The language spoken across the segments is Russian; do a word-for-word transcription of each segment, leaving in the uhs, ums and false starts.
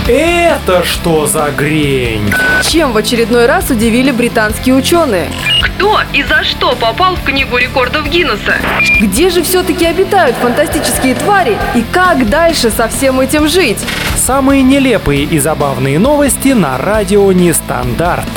Это что за грень? Чем в очередной раз удивили британские ученые? Кто и за что попал в Книгу рекордов Гиннесса? Где же все-таки обитают фантастические твари и как дальше со всем этим жить? Самые нелепые и забавные новости на радио Нестандарт.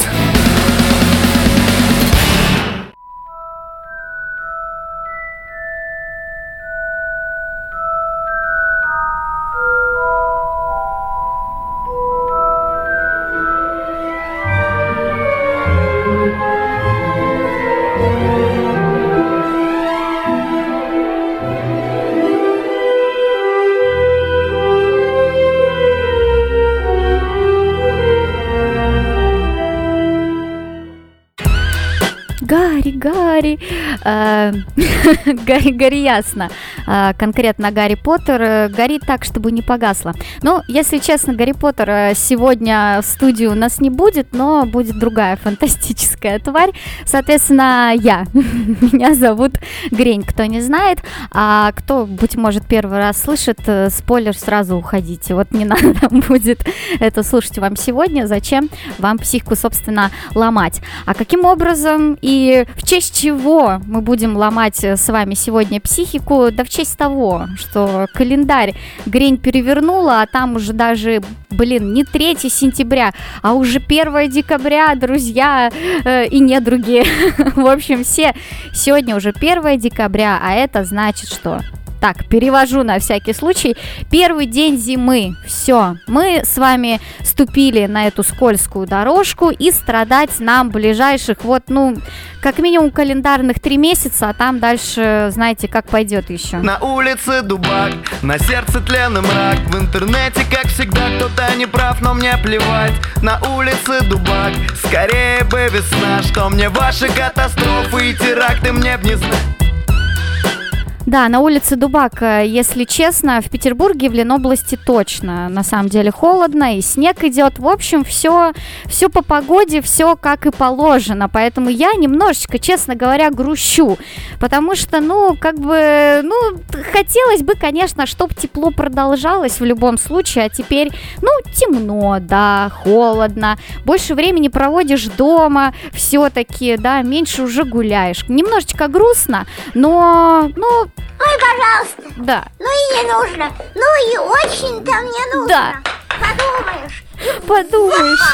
Гарри, Гарри, э, Гарри, Гарри ясно, э, конкретно Гарри Поттер, э, горит так, чтобы не погасло. Ну, если честно, Гарри Поттер сегодня в студии у нас не будет, но будет другая фантастическая тварь, соответственно, я. Меня зовут Грень, кто не знает, а кто, быть может, первый раз слышит, э, спойлер, сразу уходите, вот не надо будет это слушать вам сегодня, зачем вам психику, собственно, ломать. А каким образом и И в честь чего мы будем ломать с вами сегодня психику? Да в честь того, что календарь Грень перевернула, а там уже даже, блин, не третьего сентября, а уже первого декабря, друзья э, и недруги. В общем, все сегодня уже первого декабря, а это значит, что... Так, перевожу на всякий случай. Первый день зимы. Все, мы с вами ступили на эту скользкую дорожку, и страдать нам ближайших, вот, ну, как минимум календарных три месяца, а там дальше, знаете, как пойдет еще. На улице дубак, на сердце тлен и мрак. В интернете, как всегда, кто-то не прав, но мне плевать. На улице дубак, скорее бы весна. Что мне ваши катастрофы и теракты, мне б не знать. Да, на улице Дубак, если честно, в Петербурге, в Ленобласти точно. На самом деле холодно, и снег идет. В общем, все, все по погоде, все как и положено. Поэтому я немножечко, честно говоря, грущу. Потому что, ну, как бы, ну, хотелось бы, конечно, чтобы тепло продолжалось в любом случае. А теперь, ну, темно, да, холодно. Больше времени проводишь дома все-таки, да, меньше уже гуляешь. Немножечко грустно, но, ну... Ну и пожалуйста. Да. Ну и не нужно. Ну и очень-то мне нужно. Да. Подумаешь. Подумаешь.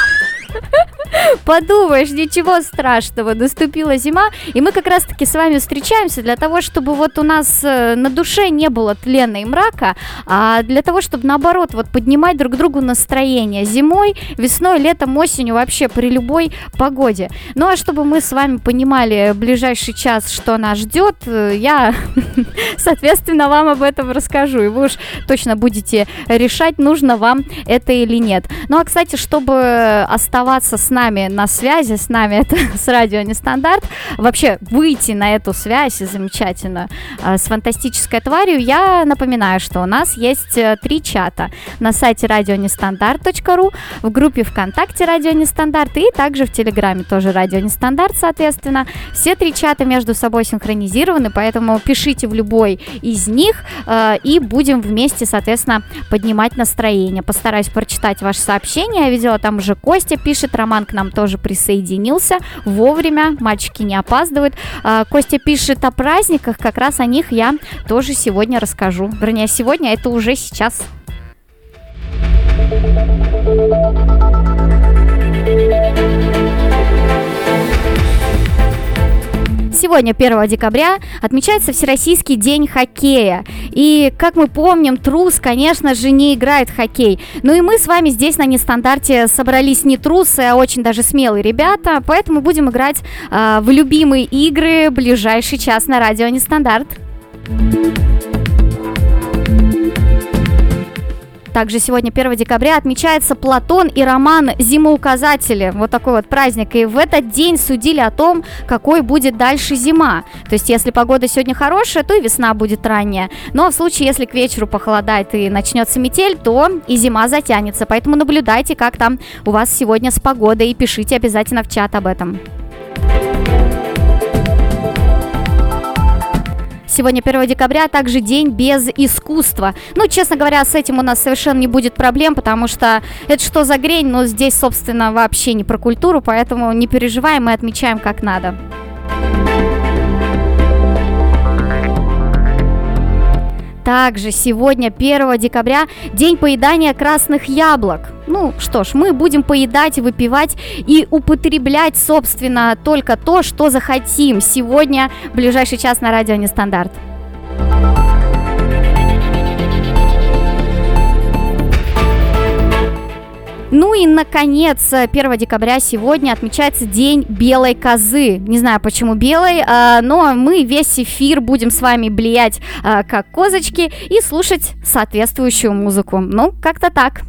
Подумаешь, ничего страшного, наступила зима, и мы как раз-таки с вами встречаемся для того, чтобы вот у нас на душе не было тлена и мрака, а для того, чтобы наоборот вот поднимать друг другу настроение зимой, весной, летом, осенью, вообще при любой погоде. Ну а чтобы мы с вами понимали ближайший час, что нас ждет, я, соответственно, вам об этом расскажу, и вы уж точно будете решать, нужно вам это или нет. Ну а, кстати, чтобы оставаться с нами на связи, с нами это с радио Нестандарт, вообще выйти на эту связь замечательно с фантастической тварью, я напоминаю, что у нас есть три чата на сайте радио нестандарт точка ру, в группе ВКонтакте Радио Нестандарт и также в Телеграме тоже Радио Нестандарт, соответственно. Все три чата между собой синхронизированы, поэтому пишите в любой из них э, и будем вместе, соответственно, поднимать настроение. Постараюсь прочитать ваши сообщения. Я видела, там уже Костя пишет, Роман к нам тоже присоединился вовремя, мальчики не опаздывают. Э, Костя пишет о праздниках, как раз о них я тоже сегодня расскажу. Вернее, сегодня, это уже сейчас. Сегодня, первого декабря, отмечается Всероссийский день хоккея. И, как мы помним, трус, конечно же, не играет в хоккей. Ну и мы с вами здесь на Нестандарте собрались не трусы, а очень даже смелые ребята. Поэтому будем играть э, в любимые игры ближайший час на радио Нестандарт. Также сегодня, первого декабря, отмечается Платон и роман «Зимоуказатели». Вот такой вот праздник. И в этот день судили о том, какой будет дальше зима. То есть, если погода сегодня хорошая, то и весна будет ранняя. Ну а в случае, если к вечеру похолодает и начнется метель, то и зима затянется. Поэтому наблюдайте, как там у вас сегодня с погодой, и пишите обязательно в чат об этом. сегодня первого декабря, а также день без искусства. Ну, честно говоря, с этим у нас совершенно не будет проблем, потому что это что за грень, но здесь, собственно, вообще не про культуру, поэтому не переживаем, мы отмечаем как надо. Также сегодня, первого декабря, день поедания красных яблок. Ну что ж, мы будем поедать, выпивать и употреблять, собственно, только то, что захотим. Сегодня, в ближайший час на радио Нестандарт. Ну и, наконец, первого декабря сегодня отмечается День белой козы. Не знаю, почему белой, но мы весь эфир будем с вами блеять как козочки и слушать соответствующую музыку. Ну, как-то так.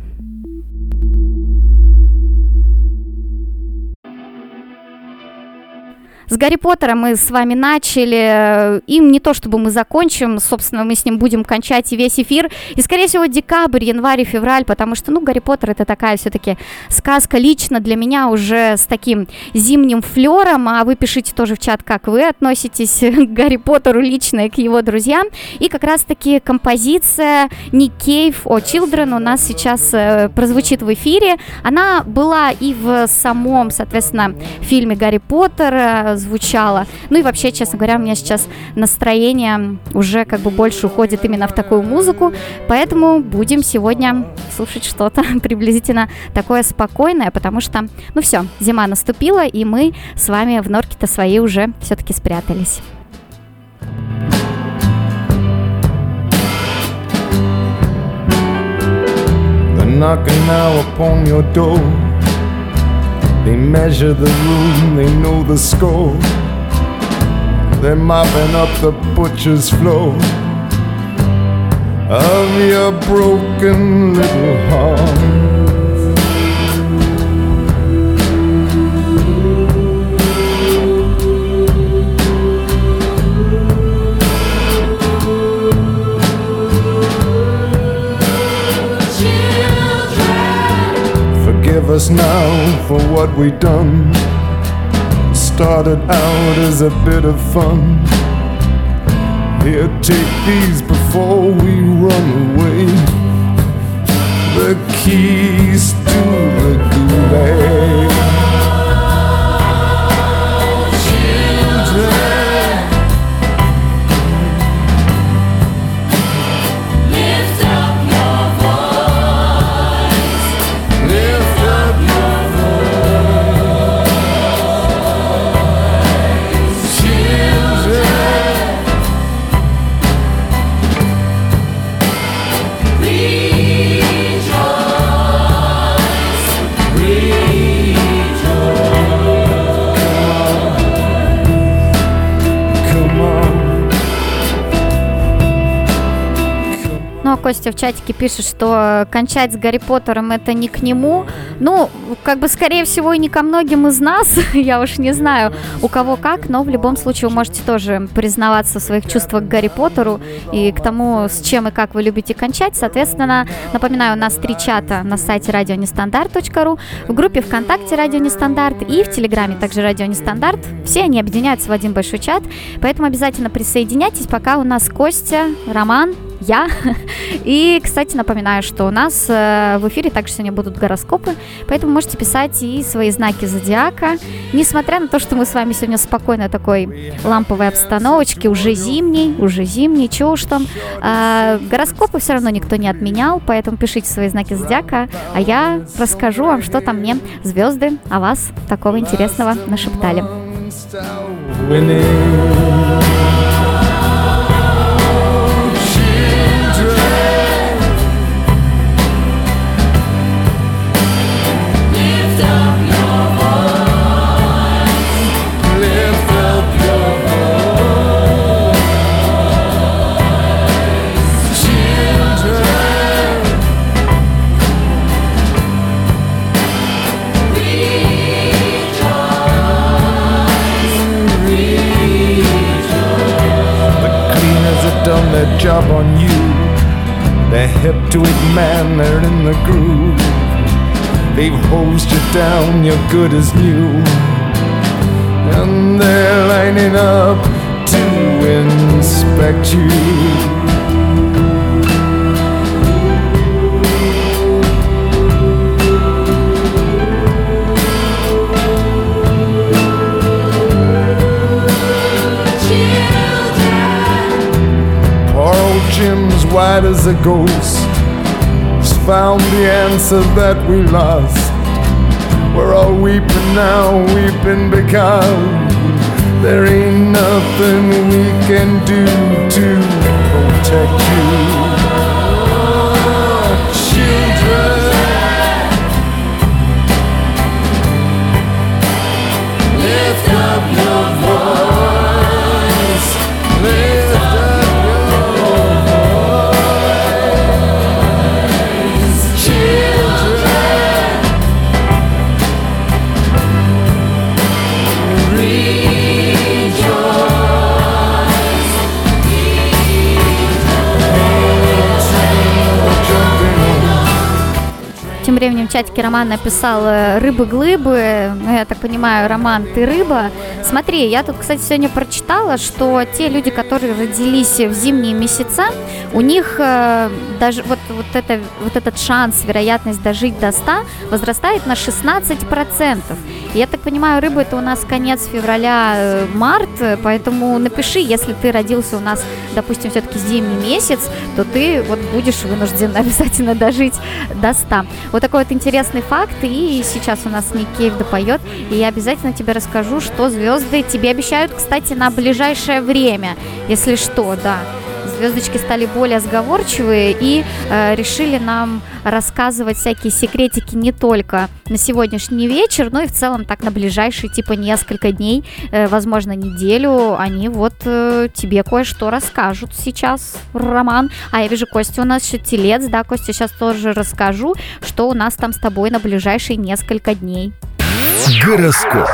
С Гарри Поттером мы с вами начали, им не то чтобы мы закончим, собственно, мы с ним будем кончать и весь эфир, и, скорее всего, декабрь, январь и февраль, потому что, ну, Гарри Поттер — это такая все-таки сказка лично для меня уже с таким зимним флером, а вы пишите тоже в чат, как вы относитесь к Гарри Поттеру лично и к его друзьям, и как раз-таки композиция Nick Cave о Children у нас сейчас э, прозвучит в эфире, она была и в самом, соответственно, фильме Гарри Поттер, звучало. Ну и вообще, честно говоря, у меня сейчас настроение уже как бы больше уходит именно в такую музыку, поэтому будем сегодня слушать что-то приблизительно такое спокойное, потому что, ну все, зима наступила, и мы с вами в норке-то своей уже все-таки спрятались. Knocking now upon your door. They measure the room, they know the score. They're mopping up the butcher's floor of your broken little heart. Forgive us now for what we done. Started out as a bit of fun. Here, take these before we run away. The keys to the gulag. Ну, а Костя в чатике пишет, что кончать с Гарри Поттером — это не к нему. Ну, как бы, скорее всего, и не ко многим из нас. Я уж не знаю, у кого как, но в любом случае вы можете тоже признаваться в своих чувствах к Гарри Поттеру и к тому, с чем и как вы любите кончать. Соответственно, напоминаю, у нас три чата на сайте радио нестандарт точка ру, в группе ВКонтакте «Радио Нестандарт» и в Телеграме также «Радио Нестандарт». Все они объединяются в один большой чат, поэтому обязательно присоединяйтесь, пока у нас Костя, Роман, я. И, кстати, напоминаю, что у нас э, в эфире также сегодня будут гороскопы, поэтому можете писать и свои знаки зодиака. Несмотря на то, что мы с вами сегодня в спокойной такой ламповой обстановочке, уже зимней, уже зимней, чего уж там, э, гороскопы все равно никто не отменял, поэтому пишите свои знаки зодиака, а я расскажу вам, что там мне звезды о вас такого интересного нашептали. Done their job on you. They're hip to it, man, they're in the groove. They've hosed you down, you're good as new. And they're lining up to install respect you. Poor old Jim's white as a ghost. He's found the answer that we lost. We're all weeping now, weeping because there ain't nothing we can do to protect you. Children, lift up your voice. Lift up your voice. Children, Тем временем в чатике Роман написал э, «Рыбы-глыбы». Ну, я так понимаю, Роман, ты рыба. Смотри, я тут, кстати, сегодня прочитала, что те люди, которые родились в зимние месяца, у них э, даже вот, вот, это, вот этот шанс, вероятность дожить до ста возрастает на шестнадцать процентов. Я так понимаю, рыба — это у нас конец февраля, э, март, поэтому напиши, если ты родился у нас, допустим, все-таки зимний месяц, то ты вот будешь вынужден обязательно дожить до ста. Вот такой вот интересный факт, и сейчас у нас Ник Кейв допоет, и я обязательно тебе расскажу, что звезды тебе обещают, кстати, на ближайшее время, если что, да. Звездочки стали более сговорчивые и э, решили нам рассказывать всякие секретики не только на сегодняшний вечер, но и в целом так на ближайшие типа несколько дней, э, возможно, неделю. Они вот э, тебе кое-что расскажут сейчас, Роман. А я вижу, Костя у нас еще телец, да, Костя, сейчас тоже расскажу, что у нас там с тобой на ближайшие несколько дней. Гороскоп.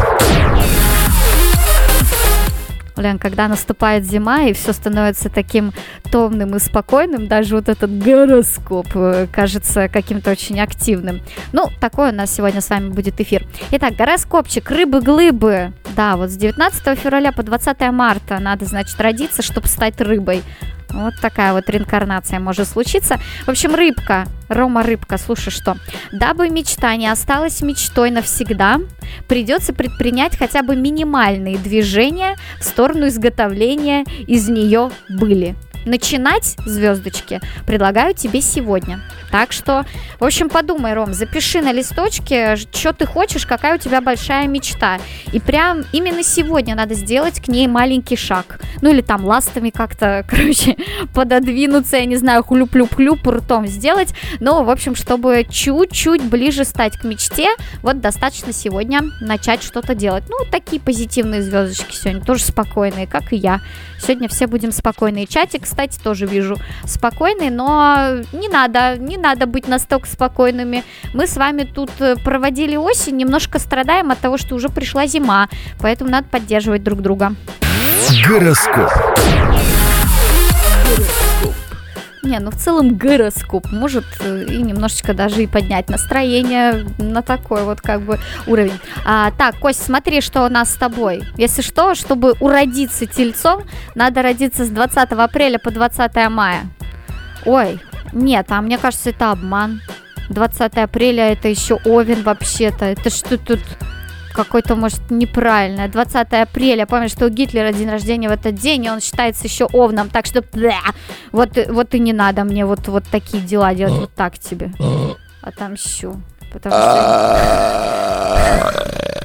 Лен, когда наступает зима и все становится таким томным и спокойным, даже вот этот гороскоп кажется каким-то очень активным. Ну, такой у нас сегодня с вами будет эфир. Итак, гороскопчик, рыбы-глыбы. Да, вот с девятнадцатого февраля по двадцатое марта надо, значит, родиться, чтобы стать рыбой. Вот такая вот реинкарнация может случиться. В общем, рыбка, Рома Рыбка, слушай, что. Дабы мечта не осталась мечтой навсегда, придется предпринять хотя бы минимальные движения в сторону изготовления из нее были. Начинать, звездочки, предлагаю тебе сегодня. Так что, в общем, подумай, Ром, запиши на листочке, что ты хочешь, какая у тебя большая мечта. И прям именно сегодня надо сделать к ней маленький шаг. Ну или там ластами как-то, короче, пододвинуться, я не знаю, хлюп-хлюп-хлюп, ртом сделать. Но, в общем, чтобы чуть-чуть ближе стать к мечте, вот достаточно сегодня начать что-то делать. Ну, такие позитивные звездочки сегодня, тоже спокойные, как и я. Сегодня все будем спокойные. Чатик, кстати, тоже вижу спокойный, но не надо, не надо быть настолько спокойными. Мы с вами тут проводили осень, немножко страдаем от того, что уже пришла зима, поэтому надо поддерживать друг друга. Гороскоп. Не, ну в целом гороскоп может и немножечко даже и поднять настроение на такой вот как бы уровень. А, так, Кость, смотри, что у нас с тобой. Если что, чтобы уродиться тельцом, надо родиться с двадцатого апреля по двадцатое мая. Ой, нет, а мне кажется, это обман. двадцатое апреля это еще Овен вообще-то. Это что тут... какой-то, может, неправильное. двадцатое апреля, помнишь, что у Гитлера день рождения в этот день, и он считается еще овном, так что бля, вот, вот и не надо мне вот, вот такие дела делать, вот так тебе отомщу, потому что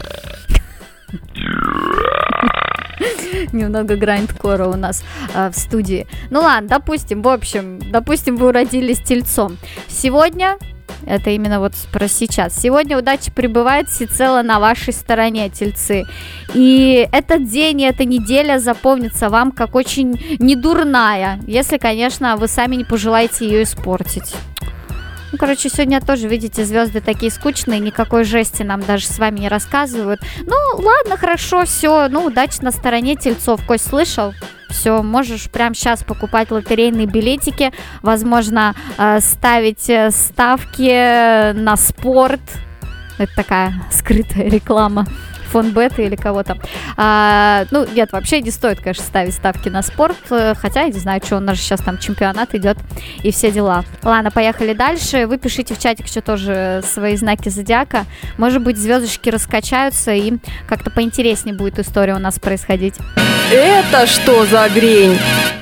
немного грайндкора у нас а, в студии. Ну ладно, допустим, в общем, допустим, вы уродились тельцом. Сегодня это именно вот про сейчас. Сегодня удача пребывает всецело на вашей стороне, тельцы. И этот день и эта неделя запомнится вам как очень недурная, если, конечно, вы сами не пожелаете ее испортить. Ну, короче, сегодня тоже, видите, звезды такие скучные, никакой жести нам даже с вами не рассказывают. Ну, ладно, хорошо, все, ну, удача на стороне тельцов. Кость, слышал? Все, можешь прямо сейчас покупать лотерейные билетики, возможно, ставить ставки на спорт. Это такая скрытая реклама Фонбета или кого там. А, ну, нет, вообще не стоит, конечно, ставить ставки на спорт, хотя, я не знаю, что у нас же сейчас там чемпионат идет и все дела. Ладно, поехали дальше. Вы пишите в чатик еще тоже свои знаки зодиака. Может быть, звездочки раскачаются и как-то поинтереснее будет история у нас происходить. Это что за грень?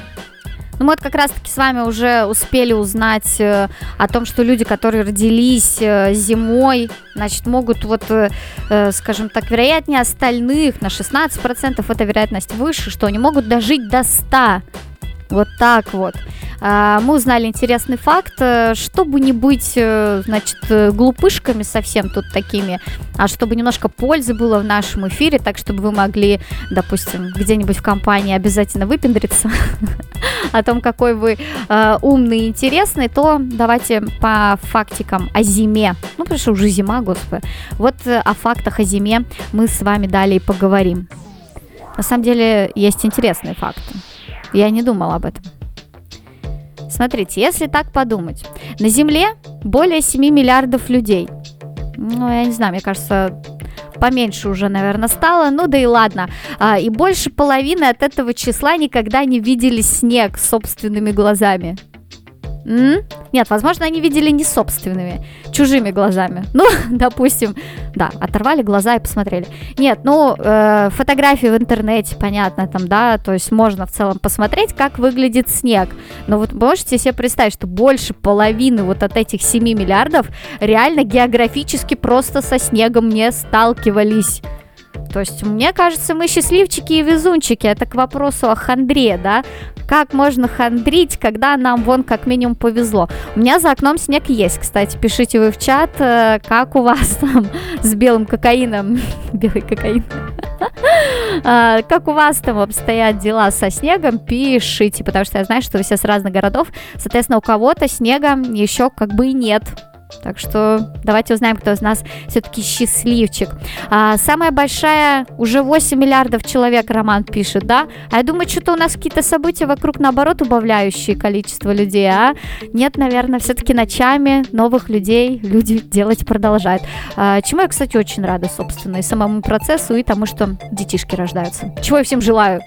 Ну, мы вот как раз-таки с вами уже успели узнать э, о том, что люди, которые родились э, зимой, значит, могут вот, э, э, скажем так, вероятнее остальных, на шестнадцать процентов эта вероятность выше, что они могут дожить до ста. Вот так вот. А, мы узнали интересный факт, чтобы не быть, значит, глупышками совсем тут такими, а чтобы немножко пользы было в нашем эфире, так чтобы вы могли, допустим, где-нибудь в компании обязательно выпендриться о том, какой вы э, умный и интересный, то давайте по фактикам о зиме. Ну, потому что уже зима, господи. Вот э, о фактах о зиме мы с вами далее поговорим. На самом деле есть интересные факты. Я не думала об этом. Смотрите, если так подумать, на Земле более семь миллиардов людей. Ну, я не знаю, мне кажется, поменьше уже, наверное, стало. Ну, да и ладно. А, и больше половины от этого числа никогда не видели снег собственными глазами. М? Нет, возможно, они видели не собственными, чужими глазами. Ну, допустим, да, оторвали глаза и посмотрели. Нет, ну, э, фотографии в интернете, понятно, там, да, то есть можно в целом посмотреть, как выглядит снег. Но вот можете себе представить, что больше половины вот от этих семи миллиардов реально географически просто со снегом не сталкивались. То есть, мне кажется, мы счастливчики и везунчики. Это к вопросу о хандре, да? Как можно хандрить, когда нам вон как минимум повезло? У меня за окном снег есть, кстати. Пишите вы в чат, как у вас там с белым кокаином. Белый кокаин. Как у вас там обстоят дела со снегом? Пишите, потому что я знаю, что вы все с разных городов. Соответственно, у кого-то снега еще как бы и нет. Так что давайте узнаем, кто из нас все-таки счастливчик. А, самая большая, уже восемь миллиардов человек, Роман пишет, да? А я думаю, что-то у нас какие-то события вокруг, наоборот, убавляющие количество людей, а? Нет, наверное, все-таки ночами новых людей люди делать продолжают. А, чему я, кстати, очень рада, собственно, и самому процессу, и тому, что детишки рождаются. Чего я всем желаю.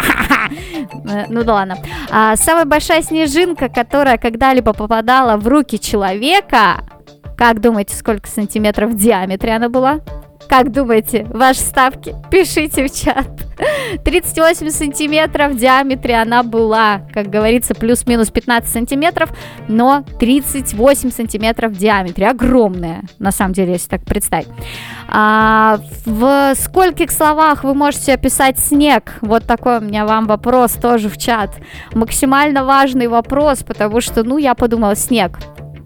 Ну да ладно. А, самая большая снежинка, которая когда-либо попадала в руки человека... Как думаете, сколько сантиметров в диаметре она была? Как думаете, ваши ставки? Пишите в чат. тридцать восемь сантиметров в диаметре она была. Как говорится, плюс-минус пятнадцать сантиметров, но тридцать восемь сантиметров в диаметре. Огромная, на самом деле, если так представить. А, в скольких словах вы можете описать снег? Вот такой у меня вам вопрос тоже в чат. Максимально важный вопрос, потому что, ну, я подумала, снег.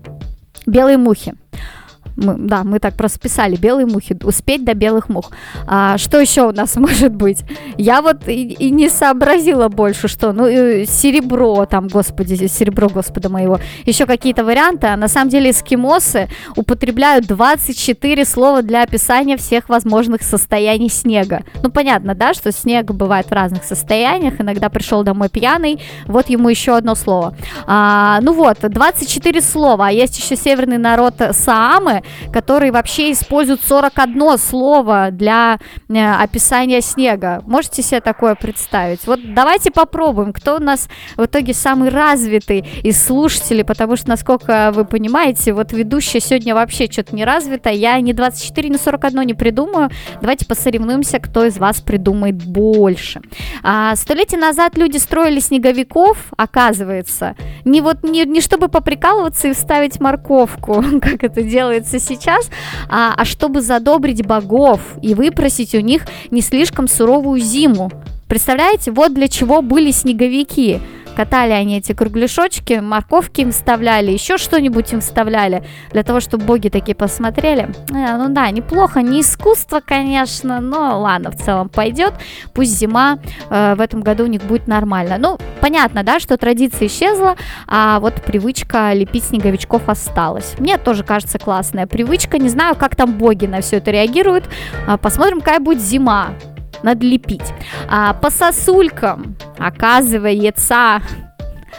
Белые мухи. Мы, да, мы так просто писали, белые мухи, успеть до белых мух. А, что еще у нас может быть? Я вот и, и не сообразила больше, что, ну, серебро там, господи, серебро, господа моего, еще какие-то варианты, а на самом деле эскимосы употребляют двадцать четыре слова для описания всех возможных состояний снега. Ну, понятно, да, что снег бывает в разных состояниях, иногда пришел домой пьяный, вот ему еще одно слово. А, ну вот, двадцать четыре слова, а есть еще северный народ Саамы, которые вообще используют сорок одно слово для э, описания снега. Можете себе такое представить? Вот давайте попробуем, кто у нас в итоге самый развитый из слушателей, потому что, насколько вы понимаете, вот ведущая сегодня вообще что-то не развита. Я ни двадцать четыре, ни сорок одно не придумаю. Давайте посоревнуемся, кто из вас придумает больше. А, столетия назад люди строили снеговиков, оказывается, не вот не, не чтобы поприкалываться и вставить морковку, как это делается сейчас, а, а чтобы задобрить богов и выпросить у них не слишком суровую зиму. Представляете, вот для чего были снеговики. Катали они эти кругляшочки, морковки им вставляли, еще что-нибудь им вставляли, для того, чтобы боги такие посмотрели. Э, ну да, неплохо, не искусство, конечно, но ладно, в целом пойдет. Пусть зима э, в этом году у них будет нормально. Ну, понятно, да, что традиция исчезла, а вот привычка лепить снеговичков осталась. Мне тоже кажется классная привычка. Не знаю, как там боги на все это реагируют. А, посмотрим, какая будет зима. Надо лепить. А, по сосулькам, оказывается,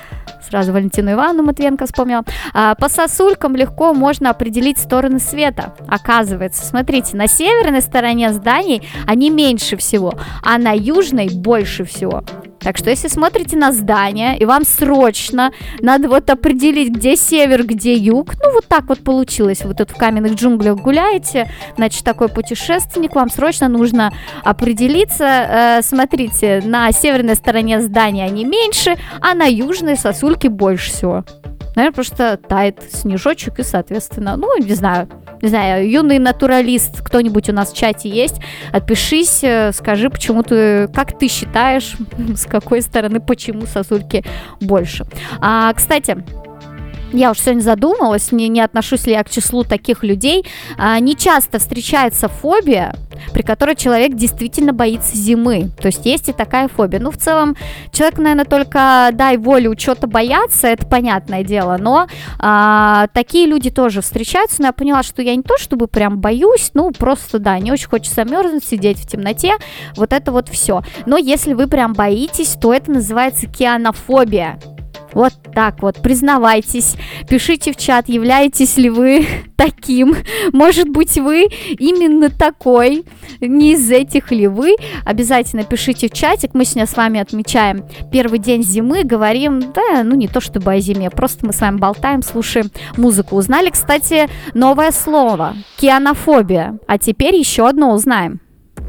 сразу Валентину Ивановну Матвенко вспомнила. А, по сосулькам легко можно определить стороны света. Оказывается, смотрите, на северной стороне зданий они меньше всего, а на южной больше всего. Так что если смотрите на здание, и вам срочно надо вот определить, где север, где юг, ну вот так вот получилось, вы тут в каменных джунглях гуляете, значит, такой путешественник, вам срочно нужно определиться, э, смотрите, на северной стороне здания они меньше, а на южной сосульки больше всего. Наверное, потому что тает снежочек и, соответственно, ну, не знаю, не знаю, юный натуралист, кто-нибудь у нас в чате есть, отпишись, скажи, почему ты, как ты считаешь, с какой стороны, почему сосульки больше. А, кстати, я уж сегодня задумалась, не, не отношусь ли я к числу таких людей. А, не часто встречается фобия, при которой человек действительно боится зимы. То есть есть и такая фобия. Ну, в целом, человек, наверное, только дай волю чего-то бояться, это понятное дело, но а, такие люди тоже встречаются, но я поняла, что я не то чтобы прям боюсь, ну, просто, да, не очень хочется мерзнуть, сидеть в темноте, вот это вот все. Но если вы прям боитесь, то это называется кианофобия. Вот так вот, признавайтесь, пишите в чат, являетесь ли вы таким, может быть, вы именно такой, не из этих ли вы, обязательно пишите в чатик, мы сегодня с вами отмечаем первый день зимы, говорим, да, ну не то чтобы о зиме, просто мы с вами болтаем, слушаем музыку. Узнали, кстати, новое слово, кианофобия, а теперь еще одно узнаем.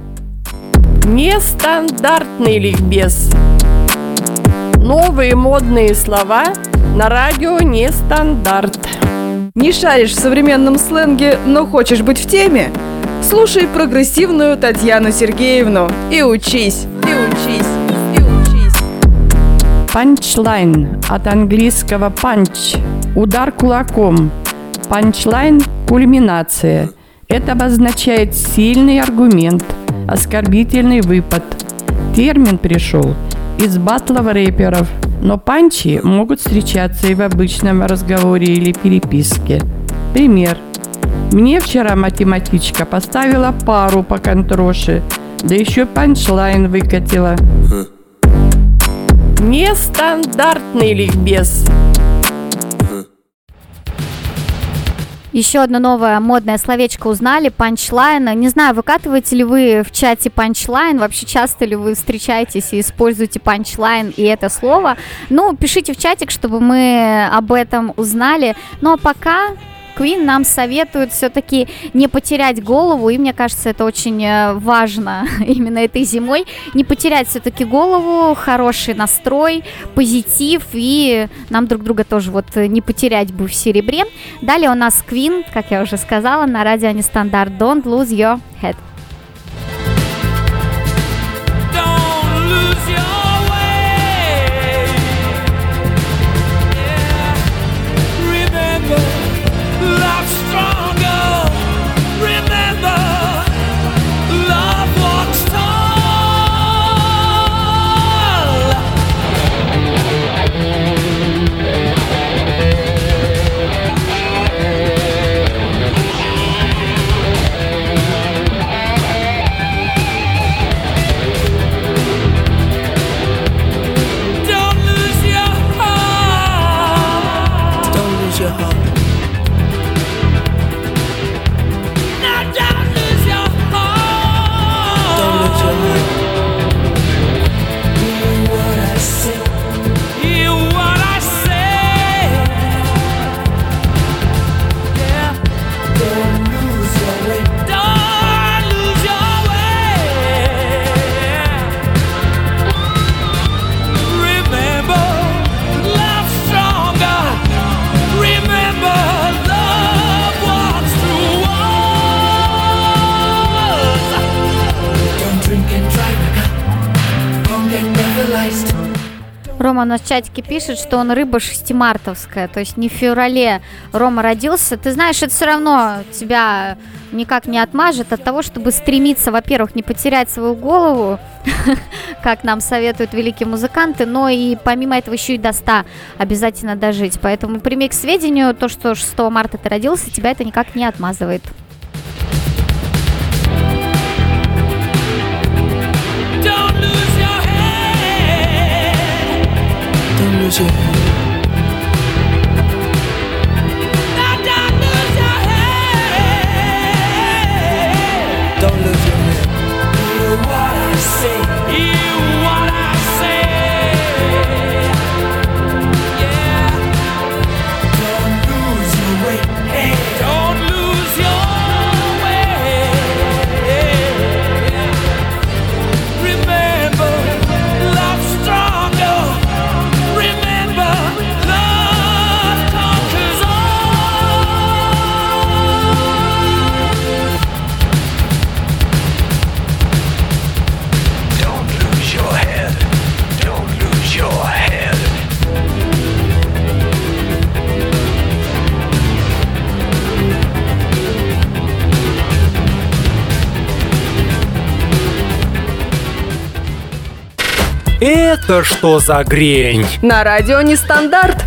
Нестандартный ликбез. Новые модные слова на радио Нестандарт. Не шаришь в современном сленге, но хочешь быть в теме? Слушай прогрессивную Татьяну Сергеевну и учись, и учись, и учись. Панчлайн от английского панч – удар кулаком. Панчлайн – кульминация. Это обозначает сильный аргумент, оскорбительный выпад. Термин пришел из батлов рэперов, но панчи могут встречаться и в обычном разговоре или переписке. Пример. Мне вчера математичка поставила пару по контроше, да еще панчлайн выкатила. Нестандартный ликбез. Еще одно новое модное словечко узнали, панчлайн. Не знаю, выкатываете ли вы в чате панчлайн, вообще часто ли вы встречаетесь и используете панчлайн и это слово. Ну, пишите в чатик, чтобы мы об этом узнали. Ну, а пока Queen нам советует все-таки не потерять голову, и мне кажется, это очень важно именно этой зимой, не потерять все-таки голову, хороший настрой, позитив, и нам друг друга тоже вот не потерять бы в серебре. Далее у нас Queen, как я уже сказала, на радио Нестандарт. Don't lose your head. Рома у нас в чатике пишет, что он рыба шестимартовская, то есть не в феврале Рома родился. Ты знаешь, это все равно тебя никак не отмажет от того, чтобы стремиться, во-первых, не потерять свою голову, как нам советуют великие музыканты, но и помимо этого еще и до ста обязательно дожить. Поэтому прими к сведению то, что шестого марта ты родился, тебя это никак не отмазывает. Это что за грень? На радио Нестандарт.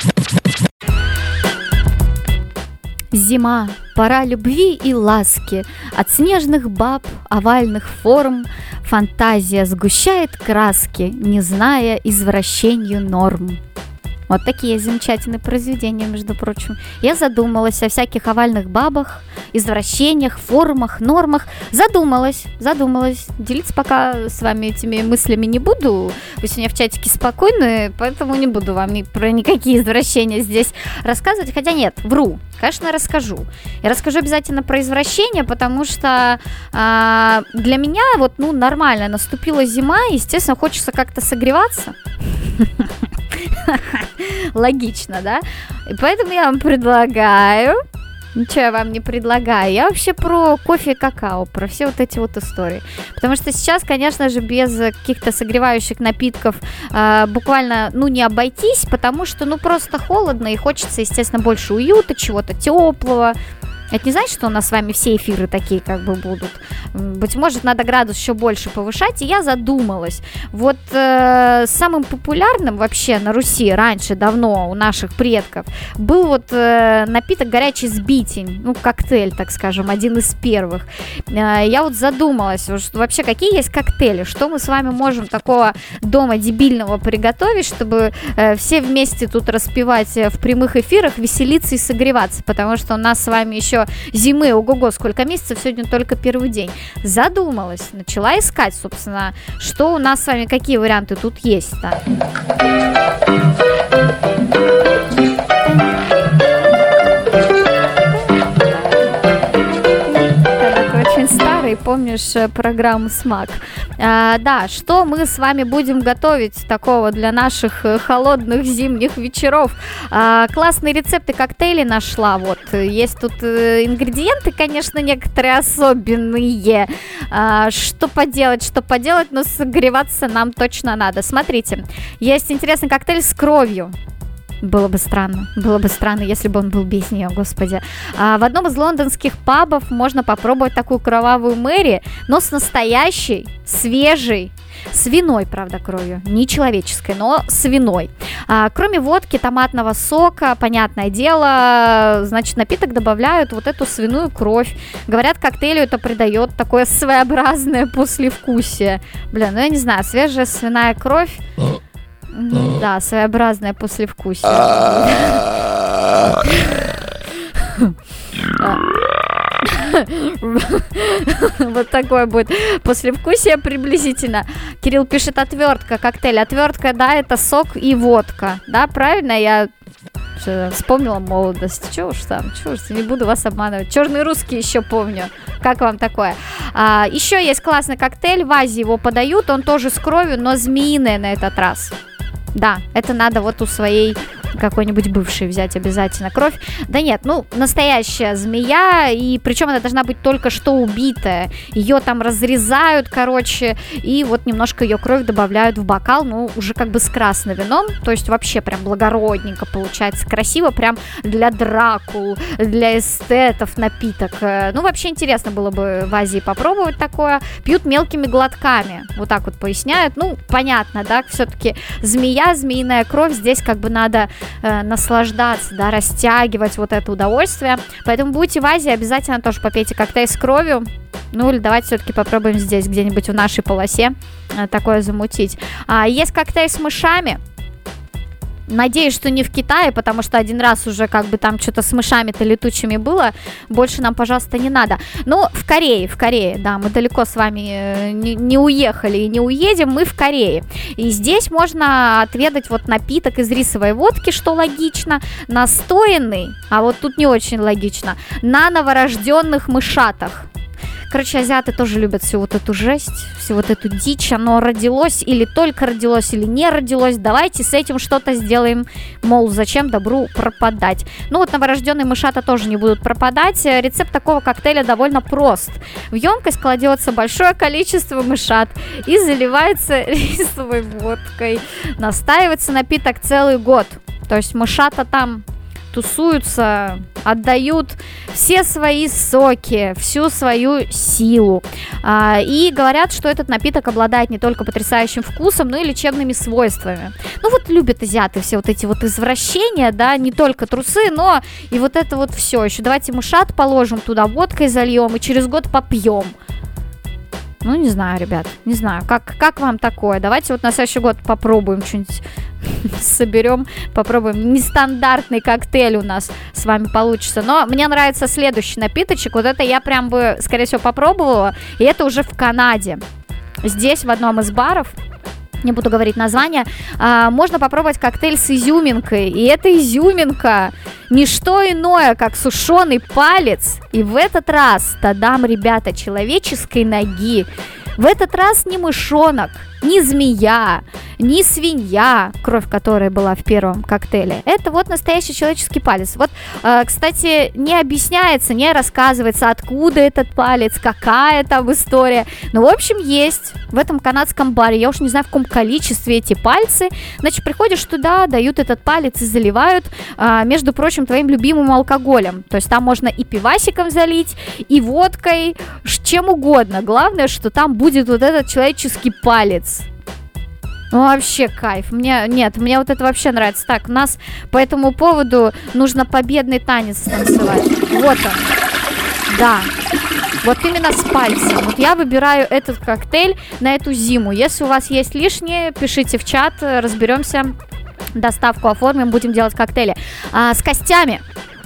Зима, пора любви и ласки. От снежных баб, овальных форм фантазия сгущает краски, не зная извращению норм. Вот такие замечательные произведения, между прочим. Я задумалась о всяких овальных бабах, извращениях, формах, нормах. Задумалась, задумалась. Делиться пока с вами этими мыслями не буду. Вы сегодня в чатике спокойны, поэтому не буду вам ни про никакие извращения здесь рассказывать. Хотя нет, вру. Конечно, расскажу. Я расскажу обязательно про извращения, потому что а, для меня вот, ну, нормально. Наступила зима, естественно, хочется как-то согреваться. Логично, да? И поэтому я вам предлагаю... Ничего я вам не предлагаю. Я вообще про кофе и какао, про все вот эти вот истории. Потому что сейчас, конечно же, без каких-то согревающих напитков э, буквально, ну, не обойтись, потому что, ну, просто холодно и хочется, естественно, больше уюта, чего-то теплого. Это не значит, что у нас с вами все эфиры такие как бы будут. Быть может, надо градус еще больше повышать. И я задумалась. Вот э, самым популярным вообще на Руси раньше, давно, у наших предков, был вот э, напиток горячий сбитень. Ну, коктейль, так скажем, один из первых. Э, я вот задумалась, что вообще какие есть коктейли? Что мы с вами можем такого дома дебильного приготовить, чтобы э, все вместе тут распевать в прямых эфирах, веселиться и согреваться? Потому что у нас с вами еще зимы, ого-го, сколько месяцев, сегодня только первый день. Задумалась, начала искать, собственно, что у нас с вами, какие варианты тут есть-то. Очень старый, помнишь программу «Смак». А, да, что мы с вами будем готовить такого для наших холодных зимних вечеров? А, классные рецепты коктейлей нашла. Вот есть тут ингредиенты, конечно, некоторые особенные. А, что поделать, что поделать, но согреваться нам точно надо. Смотрите, есть интересный коктейль с кровью. Было бы странно, было бы странно, если бы он был без нее, господи. А, в одном из лондонских пабов можно попробовать такую кровавую Мэри, но с настоящей, свежей, свиной, правда, кровью, не человеческой, но свиной. А, кроме водки, томатного сока, понятное дело, значит, напиток добавляют вот эту свиную кровь. Говорят, коктейлю это придает такое своеобразное послевкусие. Блин, ну я не знаю, свежая свиная кровь. Да, своеобразное послевкусие. Вот такое будет послевкусие приблизительно. Кирилл пишет: отвертка, коктейль. Отвертка, да, это сок и водка. Да, правильно? Я вспомнила молодость. Чего уж там, чего уж, не буду вас обманывать. Черный русский еще помню. Как вам такое? А, еще есть классный коктейль, в Азии его подают. Он тоже с кровью, но змеиный на этот раз. Да, это надо вот у своей какой-нибудь бывшей взять обязательно кровь. Да нет, ну, настоящая змея, и причем она должна быть только что убитая. Ее там разрезают, короче, и вот немножко ее кровь добавляют в бокал, ну, уже как бы с красным вином, то есть вообще прям благородненько получается, красиво, прям для дракул, для эстетов напиток. Ну, вообще интересно было бы в Азии попробовать такое. Пьют мелкими глотками, вот так вот поясняют. Ну, понятно, да, все-таки змея, змеиная кровь, здесь как бы надо э, наслаждаться, да, растягивать вот это удовольствие. Поэтому будете в Азии, обязательно тоже попейте коктейль с кровью. Ну или давайте все-таки попробуем здесь, где-нибудь в нашей полосе э, такое замутить. А, есть коктейль с мышами. Надеюсь, что не в Китае, потому что один раз уже как бы там что-то с мышами-то летучими было. Больше нам, пожалуйста, не надо. Ну, в Корее, в Корее, да, мы далеко с вами не, не уехали и не уедем, мы в Корее. И здесь можно отведать вот напиток из рисовой водки, что логично, настоянный, а вот тут не очень логично, на новорожденных мышатах. Короче, азиаты тоже любят всю вот эту жесть, всю вот эту дичь. Оно родилось или только родилось, или не родилось. Давайте с этим что-то сделаем. Мол, зачем добру пропадать? Ну вот новорожденные мышата тоже не будут пропадать. Рецепт такого коктейля довольно прост. В емкость кладется большое количество мышат и заливается рисовой водкой. Настаивается напиток целый год. То есть мышата там тусуются отдают все свои соки, всю свою силу. А, и говорят, что этот напиток обладает не только потрясающим вкусом, но и лечебными свойствами. Ну вот любят азиаты все вот эти вот извращения, да, не только трусы, но и вот это вот все. Еще давайте мышат положим туда, водкой зальем и через год попьем. Ну, не знаю, ребят, не знаю, как, как вам такое? Давайте вот на следующий год попробуем что-нибудь соберем, попробуем. Нестандартный коктейль у нас с вами получится. Но мне нравится следующий напиточек. Вот это я прям бы, скорее всего, попробовала. И это уже в Канаде. Здесь, в одном из баров, не буду говорить название, а, можно попробовать коктейль с изюминкой. И эта изюминка не что иное, как сушеный палец. И в этот раз, тадам, ребята, человеческой ноги. В этот раз не мышонок, не змея, не свинья, кровь которой была в первом коктейле. Это вот настоящий человеческий палец. Вот, э, кстати, не объясняется, не рассказывается, откуда этот палец, какая там история. Но, в общем, есть в этом канадском баре. Я уж не знаю, в каком количестве эти пальцы. Значит, приходишь туда, дают этот палец и заливают, э, между прочим, твоим любимым алкоголем. То есть там можно и пивасиком залить, и водкой, чем угодно. Главное, что там будет вот этот человеческий палец. Ну, вообще кайф. Мне, нет, мне вот это вообще нравится. Так, у нас по этому поводу нужно победный танец танцевать. Вот он. Да. Вот именно с пальцем. Вот я выбираю этот коктейль на эту зиму. Если у вас есть лишнее, пишите в чат, разберемся, доставку оформим, будем делать коктейли. А, с костями.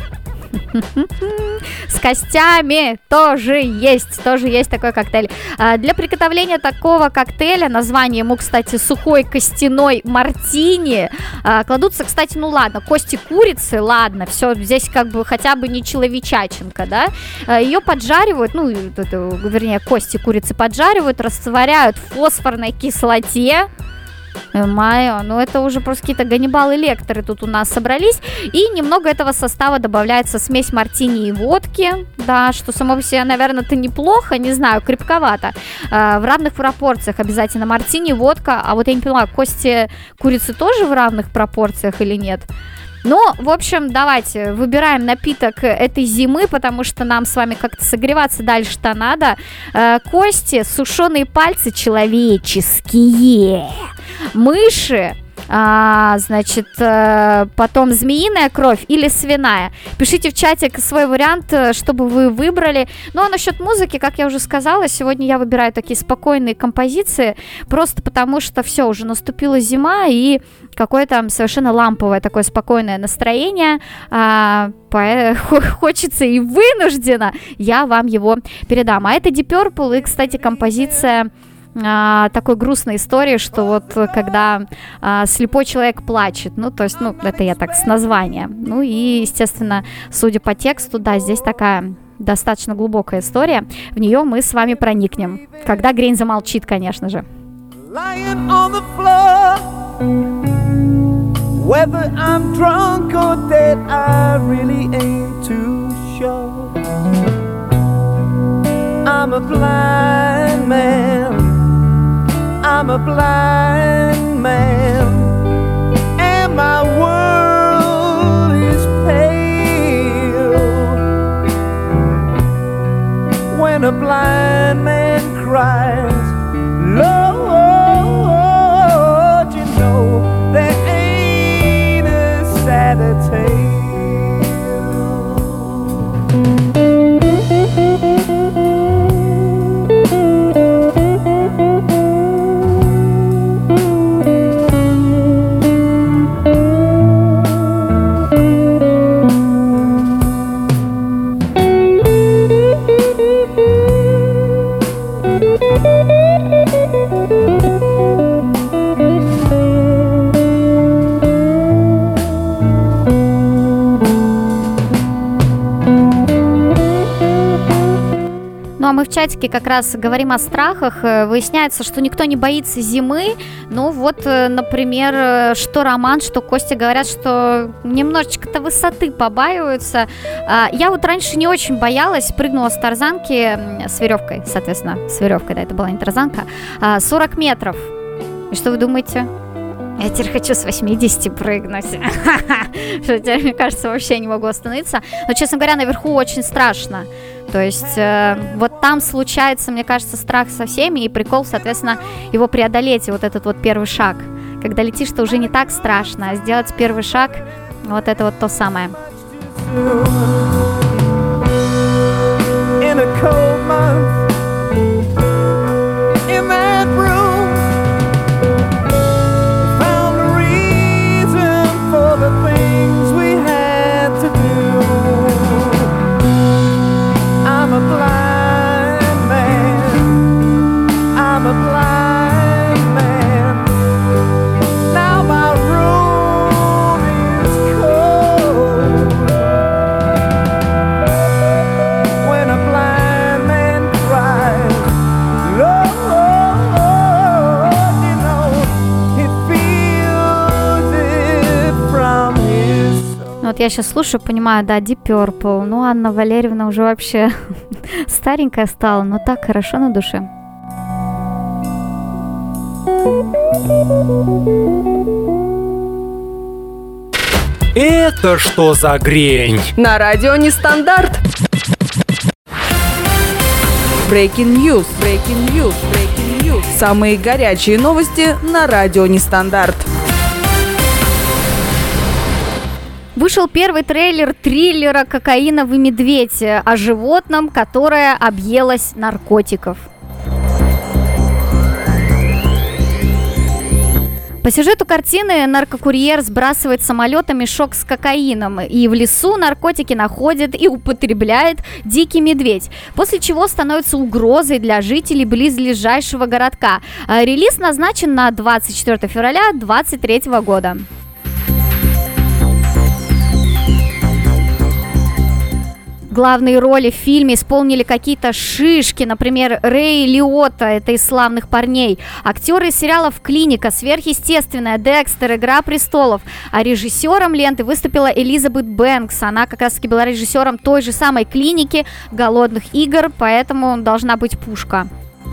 С костями тоже есть, тоже есть такой коктейль. А, для приготовления такого коктейля, название ему, кстати, сухой костяной мартини, а, кладутся, кстати, ну ладно, кости курицы, ладно, все, здесь как бы хотя бы не человечаченка, да, а, ее поджаривают, ну, это, вернее, кости курицы поджаривают, растворяют в фосфорной кислоте. Майо, ну это уже просто какие-то Ганнибалы Лектеры тут у нас собрались. И немного этого состава добавляется смесь мартини и водки. Да, что само по себе, наверное-то неплохо, не знаю, крепковато. э, В равных пропорциях обязательно мартини, водка. А вот я не поняла, кости курицы тоже в равных пропорциях или нет? Ну, в общем, давайте выбираем напиток этой зимы, потому что нам с вами как-то согреваться дальше-то надо. Э, кости, сушеные пальцы человеческие, мыши, а, значит, э, потом змеиная кровь или свиная. Пишите в чатик свой вариант, чтобы вы выбрали. Ну, а насчет музыки, как я уже сказала, сегодня я выбираю такие спокойные композиции, просто потому что все, уже наступила зима, и какое-то совершенно ламповое такое спокойное настроение, а, по- хочется и вынуждена я вам его передам. А это Deep Purple, и, кстати, композиция а, такой грустной истории, что вот когда а, слепой человек плачет, ну, то есть, ну, это я так с названия. Ну, и, естественно, судя по тексту, да, здесь такая достаточно глубокая история, в нее мы с вами проникнем, когда Грень замолчит, конечно же. Lying on the floor, whether I'm drunk or dead, I really ain't too sure. I'm a blind man, I'm a blind man, and my world is pale. When a blind man cries, Lord, you know there ain't a sadder tale. Ну, а мы в чатике как раз говорим о страхах. Выясняется, что никто не боится зимы. Ну, вот, например, что Роман, что Костя говорят, что немножечко-то высоты побаиваются. Я вот раньше не очень боялась, прыгнула с тарзанки с веревкой, соответственно, с веревкой, да, это была не тарзанка, сорок метров. И что вы думаете? Я теперь хочу с восьмидесяти прыгнуть. Теперь, мне кажется, вообще не могу остановиться. Но, честно говоря, наверху очень страшно. То есть э, вот там случается, мне кажется, страх со всеми, и прикол, соответственно, его преодолеть, и вот этот вот первый шаг. Когда летишь, то уже не так страшно, а сделать первый шаг, вот это вот то самое. In a cold month, in that room, found a reason for the things we had to do. I'm a blind man, I'm a blind man. Now my room is cold. When a blind man cries, Lord, you know, he feels it from his soul. Ну, вот я сейчас слушаю, понимаю, да, Deep Purple. Ну, Анна Валерьевна уже вообще старенькая стала, но так хорошо на душе. Это что за грень? На радио Нестандарт. Breaking News. Breaking News. Breaking News. Самые горячие новости на радио Нестандарт. Вышел первый трейлер триллера «Кокаиновый медведь» о животном, которое объелось наркотиков. По сюжету картины наркокурьер сбрасывает с самолета мешок с кокаином, и в лесу наркотики находит и употребляет дикий медведь, после чего становится угрозой для жителей близлежащего городка. Релиз назначен на двадцать четвёртого февраля две тысячи двадцать третьего года. Главные роли в фильме исполнили какие-то шишки, например, Рэй Лиотта, это из «Славных парней», актеры из сериалов «Клиника», «Сверхъестественное», «Декстер», «Игра престолов», а режиссером ленты выступила Элизабет Бэнкс, она как раз-таки была режиссером той же самой «Клиники», «Голодных игр», поэтому должна быть пушка.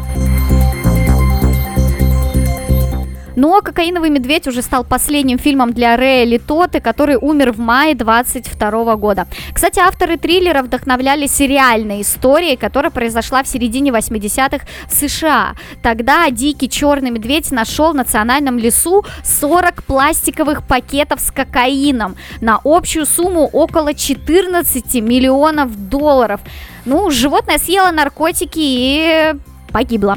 Но «Кокаиновый медведь» уже стал последним фильмом для Рэя Лиотты, который умер в мае двадцать второго года. Кстати, авторы триллера вдохновлялись реальной историей, которая произошла в середине восьмидесятых в США. Тогда дикий черный медведь нашел в национальном лесу сорок пластиковых пакетов с кокаином на общую сумму около четырнадцати миллионов долларов. Ну, животное съело наркотики и погибло.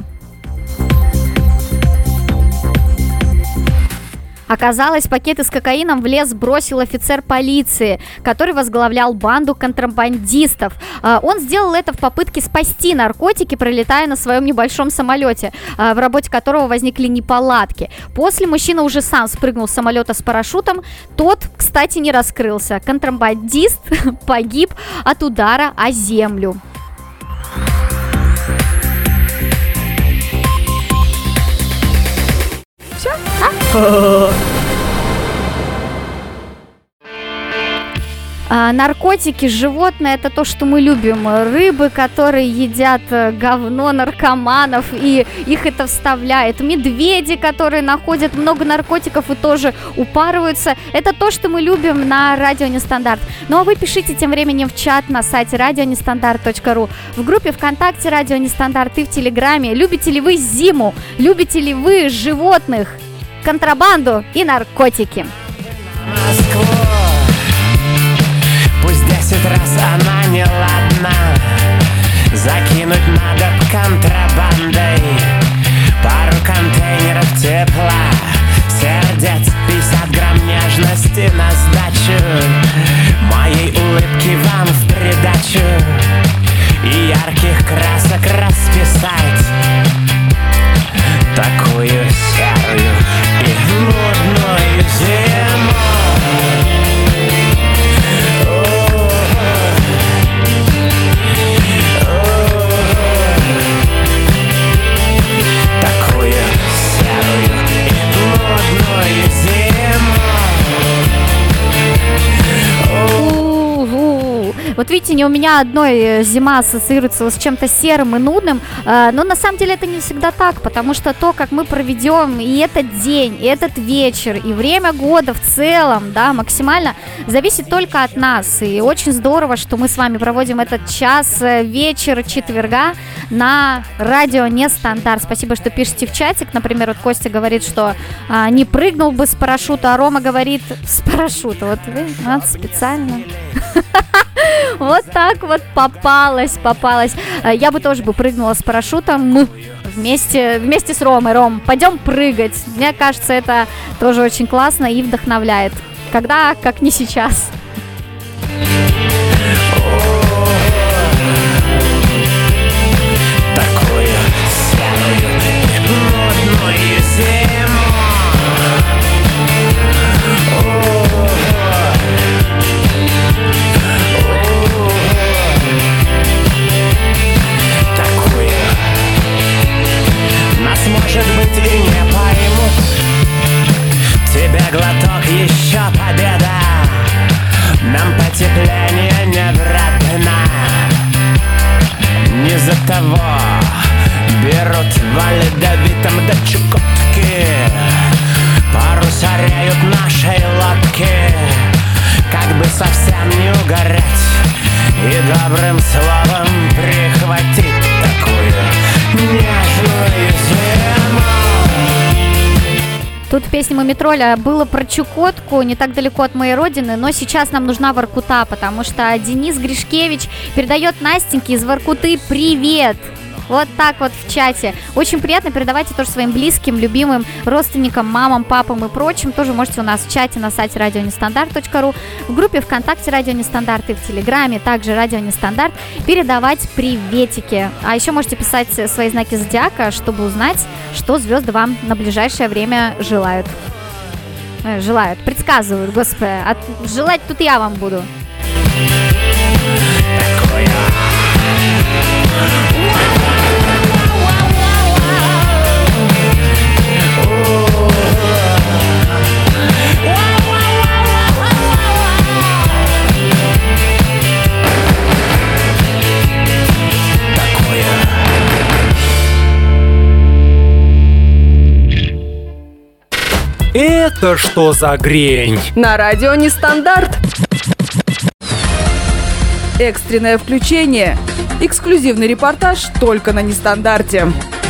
Оказалось, пакеты с кокаином в лес бросил офицер полиции, который возглавлял банду контрабандистов. Он сделал это в попытке спасти наркотики, пролетая на своем небольшом самолете, в работе которого возникли неполадки. После мужчина уже сам спрыгнул с самолета с парашютом. Тот, кстати, не раскрылся. Контрабандист погиб от удара о землю. А, наркотики, животные — это то, что мы любим. Рыбы, которые едят говно наркоманов, и их это вставляет. Медведи, которые находят много наркотиков и тоже упарываются. Это то, что мы любим на радио Нестандарт. Ну а вы пишите тем временем в чат на сайте радио нестандарт точка ру, в группе ВКонтакте Радио Нестандарт и в Телеграме. Любите ли вы зиму? Любите ли вы животных, контрабанду и наркотики? Москву. Пусть десять раз она не ладна, закинуть надо контрабандой пару контейнеров тепла, сердец, пятьдесят грамм нежности на сдачу, моей улыбки вам в придачу и ярких красок расписать такую серую и нудную зиму. видите, не у меня одной зима ассоциируется с чем-то серым и нудным, но на самом деле это не всегда так, потому что то, как мы проведем и этот день, и этот вечер, и время года в целом, да, максимально зависит только от нас. И очень здорово, что мы с вами проводим этот час, вечер четверга на радио Нестандарт. Спасибо, что пишете в чатик. Например, вот Костя говорит, что а, не прыгнул бы с парашюта, а Рома говорит с парашюта. Вот вы, надо специально. Вот так вот попалась, попалась. Я бы тоже бы прыгнула с парашютом вместе, вместе с Ромой. Ром, пойдем прыгать. Мне кажется, это тоже очень классно и вдохновляет. Когда, как не сейчас. Такую серую и нудную зиму. Может быть, и не пойму. Тебе глоток, еще победа. Нам потепление не вредно. Не за того берут в ледовитом до Чукотки. Паруса реют нашей лодки. Как бы совсем не угореть и добрым словом прихватить такую нежную зиму. Тут в песне Мумитроля было про Чукотку, не так далеко от моей родины, но сейчас нам нужна Воркута, потому что Денис Гришкевич передает Настеньке из Воркуты привет. Вот так вот в чате. Очень приятно, передавайте тоже своим близким, любимым родственникам, мамам, папам и прочим. Тоже можете у нас в чате на сайте радио нестандарт точка ру, в группе ВКонтакте Радио Нестандарт и в Телеграме также Радио Нестандарт передавать приветики. А еще можете писать свои знаки зодиака, чтобы узнать, что звезды вам на ближайшее время желают. Э, желают, предсказывают, господи. А желать тут я вам буду. Это что за грень? На радио Нестандарт. Экстренное включение. Эксклюзивный репортаж только на Нестандарте.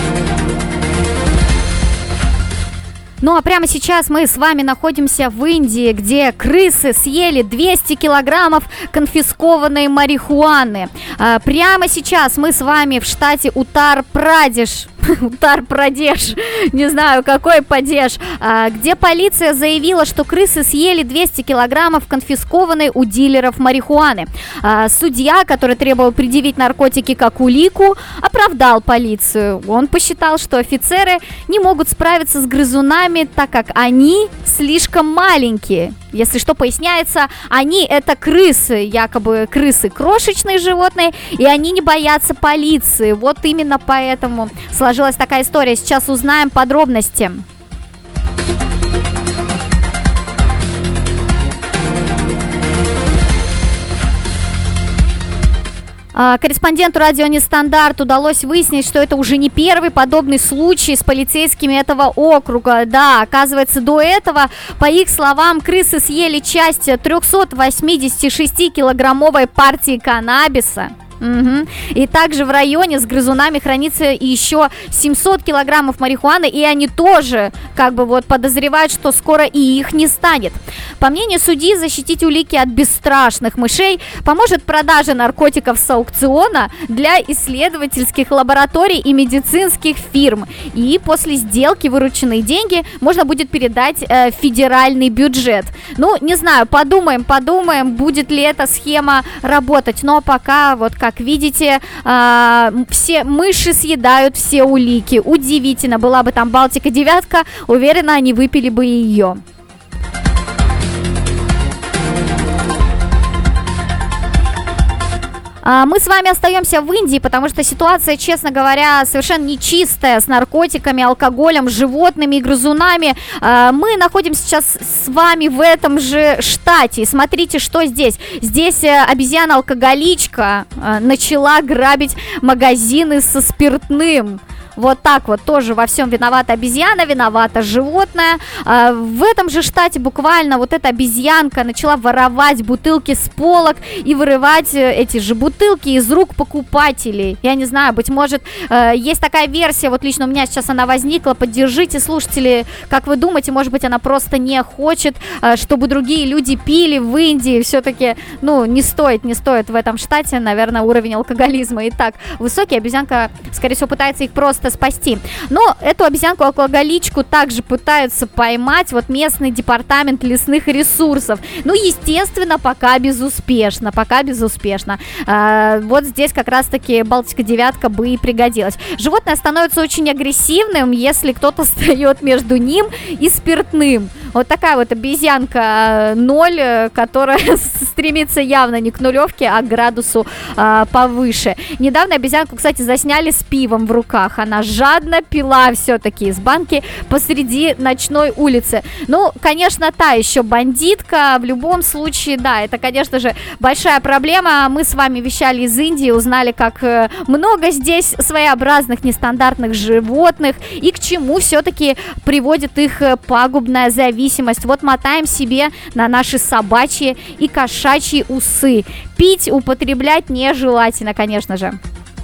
Ну а прямо сейчас мы с вами находимся в Индии, где крысы съели двести килограммов конфискованной марихуаны. А, прямо сейчас мы с вами в штате Утар-Прадеш. Утар-Прадеш, не знаю, какой падеж, а, где полиция заявила, что крысы съели двести килограммов конфискованной у дилеров марихуаны. А, судья, который требовал предъявить наркотики как улику, оправдал полицию. Он посчитал, что офицеры не могут справиться с грызунами, так как они слишком маленькие. Если что поясняется, они это крысы, якобы крысы крошечные животные, и они не боятся полиции. Вот именно поэтому сложилась такая история. Сейчас узнаем подробности. Корреспонденту радио Нестандарт удалось выяснить, что это уже не первый подобный случай с полицейскими этого округа. Да, оказывается, до этого, по их словам, крысы съели часть триста восемьдесят шесть килограммовой партии каннабиса. Угу. И также в районе с грызунами хранится еще семьсот килограммов марихуаны, и они тоже как бы вот подозревают, что скоро и их не станет. По мнению судьи, защитить улики от бесстрашных мышей поможет продажа наркотиков с аукциона для исследовательских лабораторий и медицинских фирм. И после сделки вырученные деньги можно будет передать э, в федеральный бюджет. Ну, не знаю, подумаем, подумаем, будет ли эта схема работать. Но пока вот как видите, э, все мыши съедают все улики. Удивительно, была бы там Балтика девятка, уверена, они выпили бы ее. А, мы с вами остаемся в Индии, потому что ситуация, честно говоря, совершенно нечистая с наркотиками, алкоголем, животными и грызунами. А, мы находимся сейчас с вами в этом же штате. И смотрите, что здесь. Здесь обезьяна-алкоголичка а, начала грабить магазины со спиртным. Вот так вот, тоже во всем виновата обезьяна, виновата животное. А, в этом же штате буквально вот эта обезьянка начала воровать бутылки с полок и вырывать эти же бутылки из рук покупателей. Я не знаю, быть может, э, есть такая версия, вот лично у меня сейчас она возникла. Поддержите, слушатели, как вы думаете, может быть, она просто не хочет, э, чтобы другие люди пили в Индии. Все-таки, ну, не стоит, не стоит в этом штате, наверное, уровень алкоголизма и так высокий. Обезьянка, скорее всего, пытается их просто спасти. Но эту обезьянку-алкоголичку также пытаются поймать вот местный департамент лесных ресурсов. Ну, естественно, пока безуспешно, пока безуспешно. А, вот здесь как раз-таки Балтика-девятка бы и пригодилась. Животное становится очень агрессивным, если кто-то встает между ним и спиртным. Вот такая вот обезьянка ноль, которая стремится явно не к нулевке, а к градусу а, повыше. Недавно обезьянку, кстати, засняли с пивом в руках. Она жадно пила все-таки из банки посреди ночной улицы. Ну, конечно, та еще бандитка. В любом случае, да, это, конечно же, большая проблема. Мы с вами вещали из Индии, узнали, как много здесь своеобразных, нестандартных животных и к чему все-таки приводит их пагубная зависимость. Вот мотаем себе на наши собачьи и кошачьи усы. Пить, употреблять нежелательно, конечно же.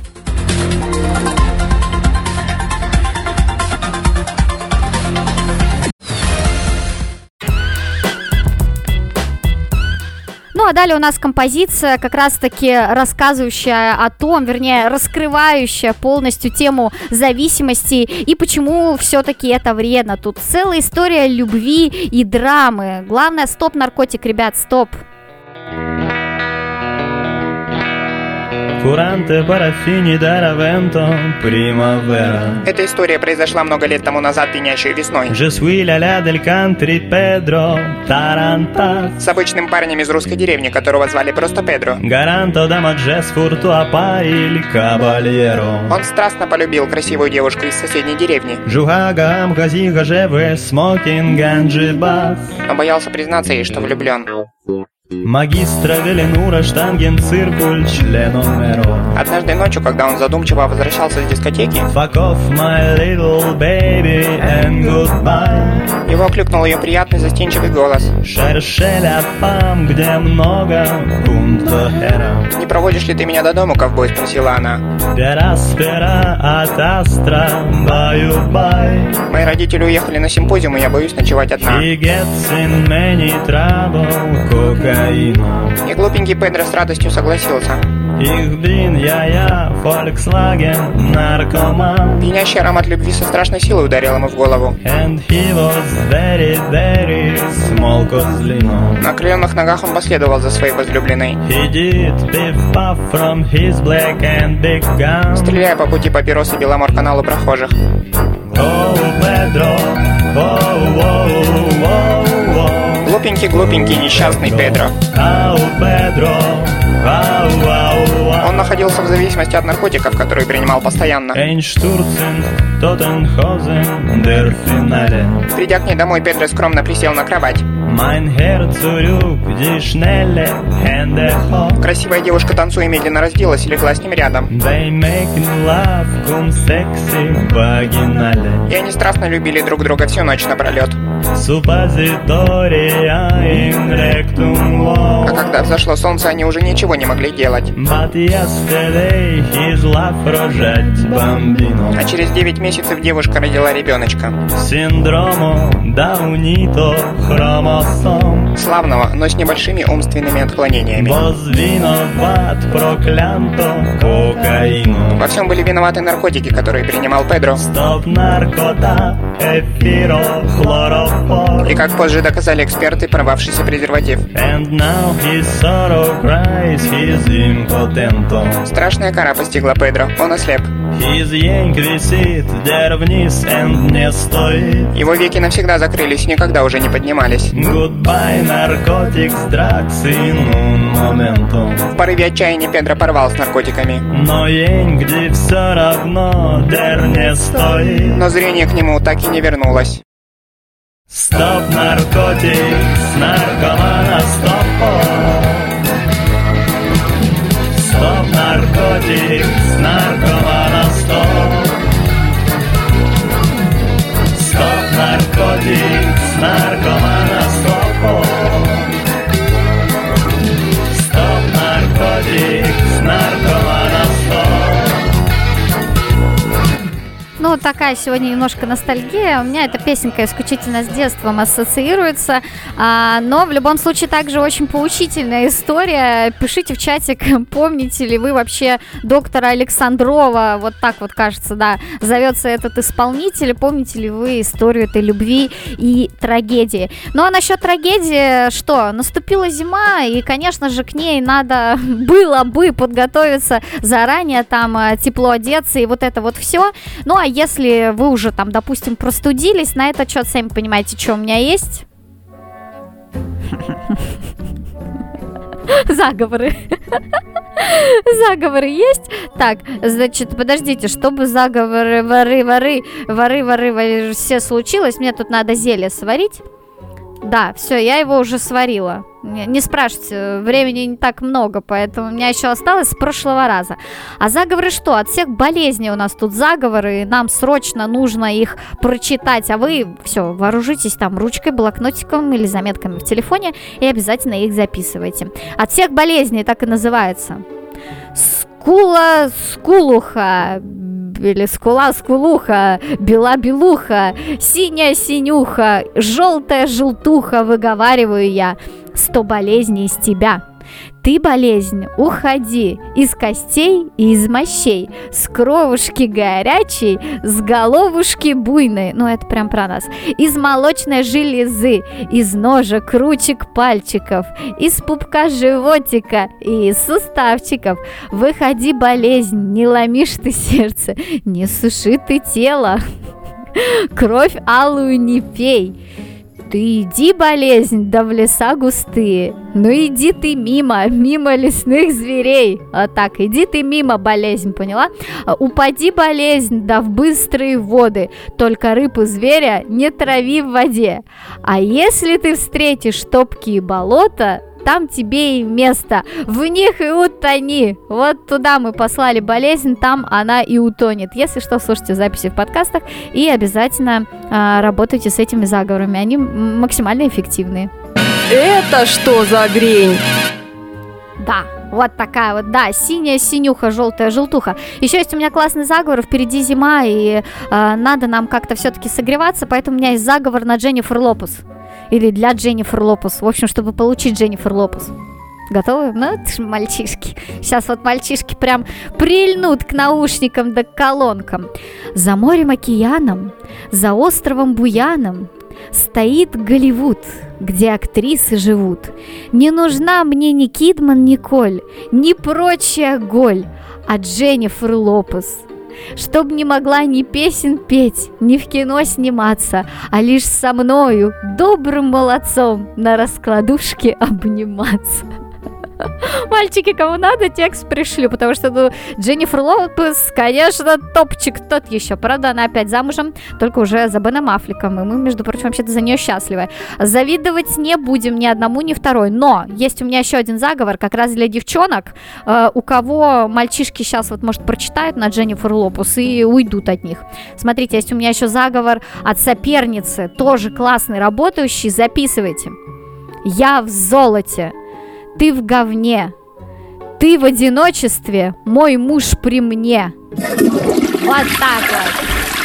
Ну а далее у нас композиция, как раз-таки рассказывающая о том, вернее, раскрывающая полностью тему зависимости и почему все-таки это вредно. Тут целая история любви и драмы. Главное, стоп наркотик, ребят, стоп. Куранте парафини даравенто примавера. Эта история произошла много лет тому назад, пьянящей весной. Je suis la la del country Pedro Tarantas. С обычным парнем из русской деревни, которого звали просто Педро. Garanto dama jazz furtua il caballero. Он страстно полюбил красивую девушку из соседней деревни. Жугага амгазига жеве smoking ganjibas. Но боялся признаться ей, что влюблен. Магистра Веленура штанген циркуль членомеро. Однажды ночью, когда он задумчиво возвращался с дискотеки, Fuck off my little baby and goodbye. Его окликнул ее приятный застенчивый голос. Шершеля пам, где много пунктохера. Не проводишь ли ты меня до дома, ковбой? Спросила она. Пераспера от астра баю-бай. Мои родители уехали на симпозиум, и я боюсь ночевать одна. He gets in many trouble, cocaine. И глупенький Педро с радостью согласился. Ich bin я я Volkswagen наркоман. Пьянящий аромат любви со страшной силой ударил ему в голову. And he was very, very small козлино. На окрыленных ногах он последовал за своей возлюбленной. He did piff puff from his black and big gun. Стреляя по пути папиросы Беломор-каналу прохожих. Oh, Pedro, oh, oh, oh, oh. Глупенький, глупенький, несчастный Педро. Oh, Pedro, oh, oh, oh. Он находился в зависимости от наркотиков, которые принимал постоянно. Einstürzen, Totenhausen, der Finale. Придя к ней домой, Педро скромно присел на кровать. Mein Herz zurück, die schnelle Hände hoch. Красивая девушка, танцуя, медленно разделась и легла с ним рядом. They make love, cum sexy vaginale. И они страстно любили друг друга всю ночь напролет. Suppositoria in rectum low. А когда взошло солнце, они уже ничего не могли делать. But yesterday his love roject bambino. А через девять месяцев девушка родила ребеночка. Синдромо Даунито хромосом. Славного, но с небольшими умственными отклонениями. Возвиноват проклянто кокаину. Во всем были виноваты наркотики, которые принимал Педро. Стоп наркота, эфирохлорофор. И как позже доказали эксперты, порвавшийся презерватив. And now his sorrow cries, he's impotento. Страшная кара постигла Педро, он ослеп. His янг висит, der вниз and не стоит. Его веки навсегда закрылись и никогда уже не поднимались. Goodbye, наркотик, дракс in un momento. В порыве отчаяния Педро порвал с наркотиками. Но деньги все равно der не стоит. Но зрение к нему так и не вернулось. Стоп, наркотик, с наркомана стоп. Стоп, наркотик, с наркомана стоп. Стоп, наркотик, с наркомана стоп. Стоп, наркотик, с наркомана стоп. Ну, такая сегодня немножко ностальгия. У меня эта песенка исключительно с детством ассоциируется. А, но в любом случае также очень поучительная история. Пишите в чатик, помните ли вы вообще доктора Александрова. Вот так вот, кажется, да, зовется этот исполнитель. Помните ли вы историю этой любви и трагедии? Ну, а насчет трагедии, что? Наступила зима, и, конечно же, к ней надо было бы подготовиться заранее, там, тепло одеться и вот это вот все. Ну, а если вы уже там, допустим, простудились, на этот счет, сами понимаете, что у меня есть. Заговоры. Заговоры есть? Так, значит, подождите, чтобы заговоры, воры, воры, воры, воры, воры, все случилось, мне тут надо зелье сварить. Да, все, я его уже сварила. Не, не спрашивайте, времени не так много, поэтому у меня еще осталось с прошлого раза. А заговоры что? От всех болезней у нас тут заговоры, нам срочно нужно их прочитать. А вы, все, вооружитесь там ручкой, блокнотиком или заметками в телефоне и обязательно их записывайте. От всех болезней так и называется. Скула, скулуха, или скула, скулуха, бела, белуха, синяя, синюха, желтая, желтуха, выговариваю я. Сто болезней из тебя. Ты, болезнь, уходи из костей и из мощей, с кровушки горячей, с головушки буйной, ну это прям про нас, из молочной железы, из ножек, ручек, пальчиков, из пупка животика и из суставчиков. Выходи, болезнь, не ломишь ты сердце, не суши ты тело, кровь алую не пей. Ты иди, болезнь, да в леса густые. Ну иди ты мимо, мимо лесных зверей. Вот так, иди ты мимо, болезнь, поняла? Упади, болезнь, да в быстрые воды. Только рыб и зверя не трави в воде. А если ты встретишь топкие болота, там тебе и место, в них и утони. Вот туда мы послали болезнь, там она и утонет. Если что, слушайте записи в подкастах и обязательно э, работайте с этими заговорами, они максимально эффективные. Это что за грень? Да, вот такая вот, да, синяя синюха, желтая желтуха. Еще есть у меня классный заговор, впереди зима, и э, надо нам как-то все-таки согреваться, поэтому у меня есть заговор на Дженнифер Лопес. Или для Дженнифер Лопес. В общем, чтобы получить Дженнифер Лопес. Готовы? Ну, это же мальчишки. Сейчас вот мальчишки прям прильнут к наушникам да к колонкам. За морем-океаном, за островом Буяном стоит Голливуд, где актрисы живут. Не нужна мне ни Кидман, ни Коль, ни прочая голь, а Дженнифер Лопес. Чтоб не могла ни песен петь, ни в кино сниматься, а лишь со мною, добрым молодцом, на раскладушке обниматься. Мальчики, кому надо, текст пришлю, потому что, ну, Дженнифер Лопес, конечно, топчик тот еще. Правда, она опять замужем, только уже за Беном Аффлеком, и мы, между прочим, вообще-то за нее счастливы. Завидовать не будем ни одному, ни второй, но есть у меня еще один заговор, как раз для девчонок, э, у кого мальчишки сейчас, вот, может, прочитают на Дженнифер Лопес и уйдут от них. Смотрите, есть у меня еще заговор от соперницы, тоже классный, работающий, записывайте. Я в золоте, ты в говне, ты в одиночестве, мой муж при мне. Вот так вот.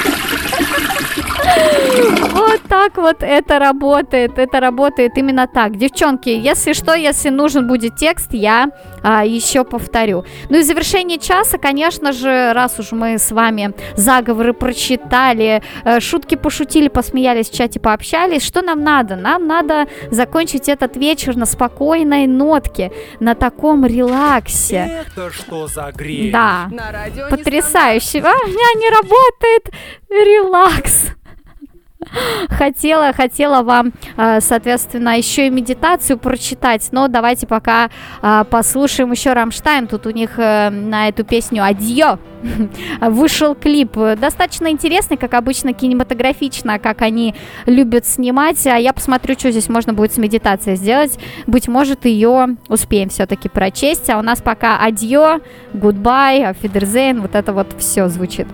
Вот так вот это работает, это работает именно так. Девчонки, если что, если нужен будет текст, я а, еще повторю. Ну и в завершении часа, конечно же, раз уж мы с вами заговоры прочитали, шутки пошутили, посмеялись, в чате пообщались, что нам надо? Нам надо закончить этот вечер на спокойной нотке, на таком релаксе. Это что за грень? Да, потрясающе. А, у меня не работает релакс. Хотела, хотела вам, соответственно, еще и медитацию прочитать, но давайте пока послушаем еще Рамштайн. Тут у них на эту песню «Адьё» вышел клип. Достаточно интересный, как обычно, кинематографично, как они любят снимать. А я посмотрю, что здесь можно будет с медитацией сделать. Быть может, ее успеем все-таки прочесть. А у нас пока «Адьё», «Гудбай», «Афидерзейн», вот это вот все звучит.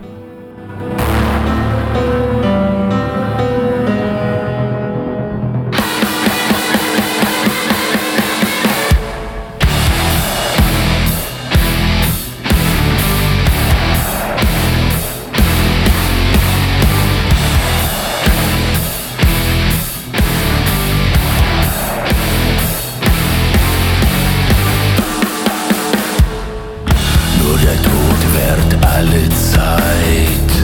Alle Zeit.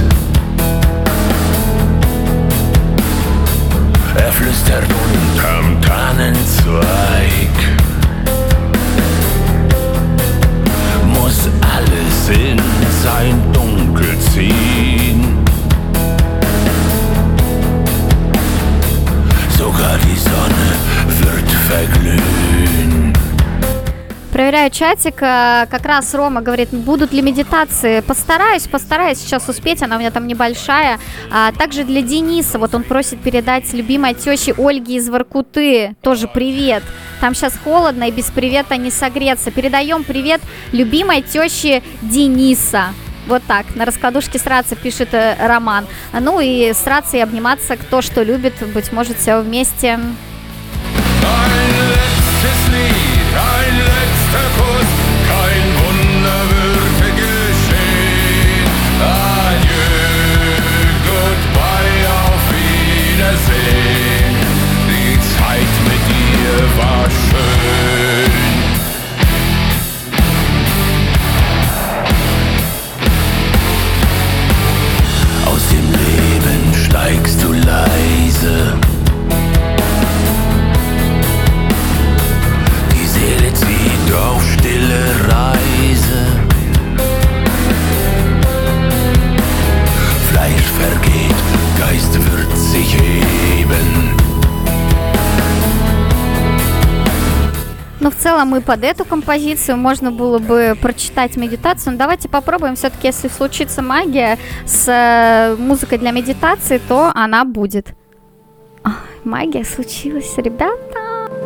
Er flüstert unterm Tannenzweig. Muss alles in sein Dunkel ziehen. Sogar die Sonne wird verglühen. Проверяю чатик, как раз Рома говорит, будут ли медитации. Постараюсь, постараюсь сейчас успеть, она у меня там небольшая. А также для Дениса, вот он просит передать любимой теще Ольге из Воркуты, тоже привет. Там сейчас холодно и без привета не согреться. Передаем привет любимой теще Дениса. Вот так, на раскладушке сраться, пишет Роман. Ну и сраться и обниматься, кто что любит, быть может, все вместе. Ein letzter Kuss, kein Wunder würde geschehen. Adieu, goodbye, auf Wiedersehen. Die Zeit mit dir war schön. Aus dem Leben steigst du leise. Seele zieht auf stille Reise. Fleisch vergeht, Geist wird sich heben. Ну, в целом и под эту композицию можно было бы прочитать медитацию. Но давайте попробуем. Все-таки, если случится магия с музыкой для медитации, то она будет. Ой, магия случилась, ребята.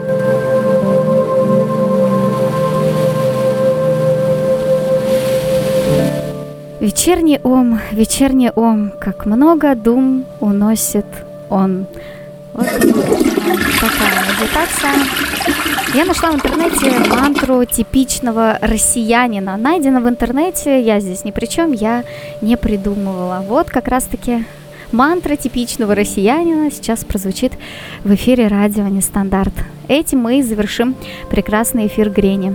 Вечерний ом, вечерний ом, как много дум уносит он. Вот такая медитация. Я нашла в интернете мантру типичного россиянина. Найдена в интернете, я здесь ни при чем, я не придумывала. Вот как раз-таки мантра типичного россиянина сейчас прозвучит в эфире радио Нестандарт. Этим мы и завершим прекрасный эфир Грени.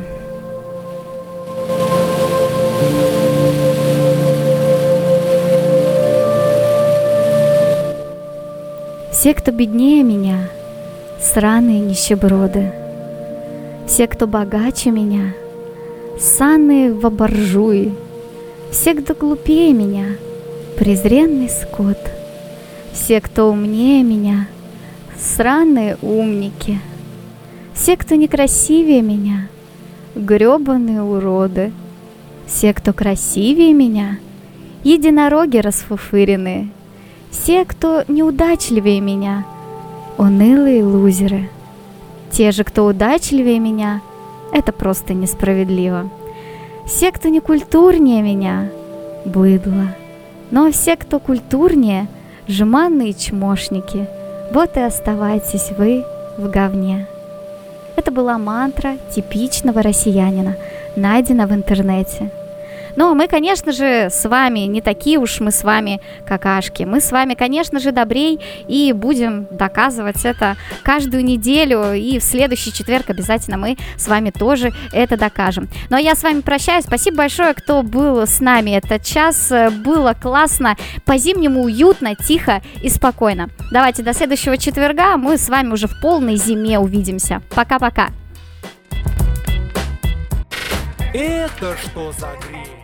Все, кто беднее меня, сраные нищеброды. Все, кто богаче меня, ссаные воборжуи. Все, кто глупее меня, презренный скот. Все, кто умнее меня, сраные умники. Все, кто некрасивее меня, грёбаные уроды. Все, кто красивее меня, единороги расфуфыренные. Все, кто неудачливее меня, унылые лузеры. Те же, кто удачливее меня, это просто несправедливо. Все, кто не культурнее меня, быдло. Но все, кто культурнее, жеманные чмошники. Вот и оставайтесь вы в говне. Это была мантра типичного россиянина, найдена в интернете. Ну, а мы, конечно же, с вами не такие уж мы с вами какашки. Мы с вами, конечно же, добрей и будем доказывать это каждую неделю. И в следующий четверг обязательно мы с вами тоже это докажем. Ну, а я с вами прощаюсь. Спасибо большое, кто был с нами этот час. Было классно, по-зимнему уютно, тихо и спокойно. Давайте до следующего четверга. Мы с вами уже в полной зиме увидимся. Пока-пока. Это что за грень?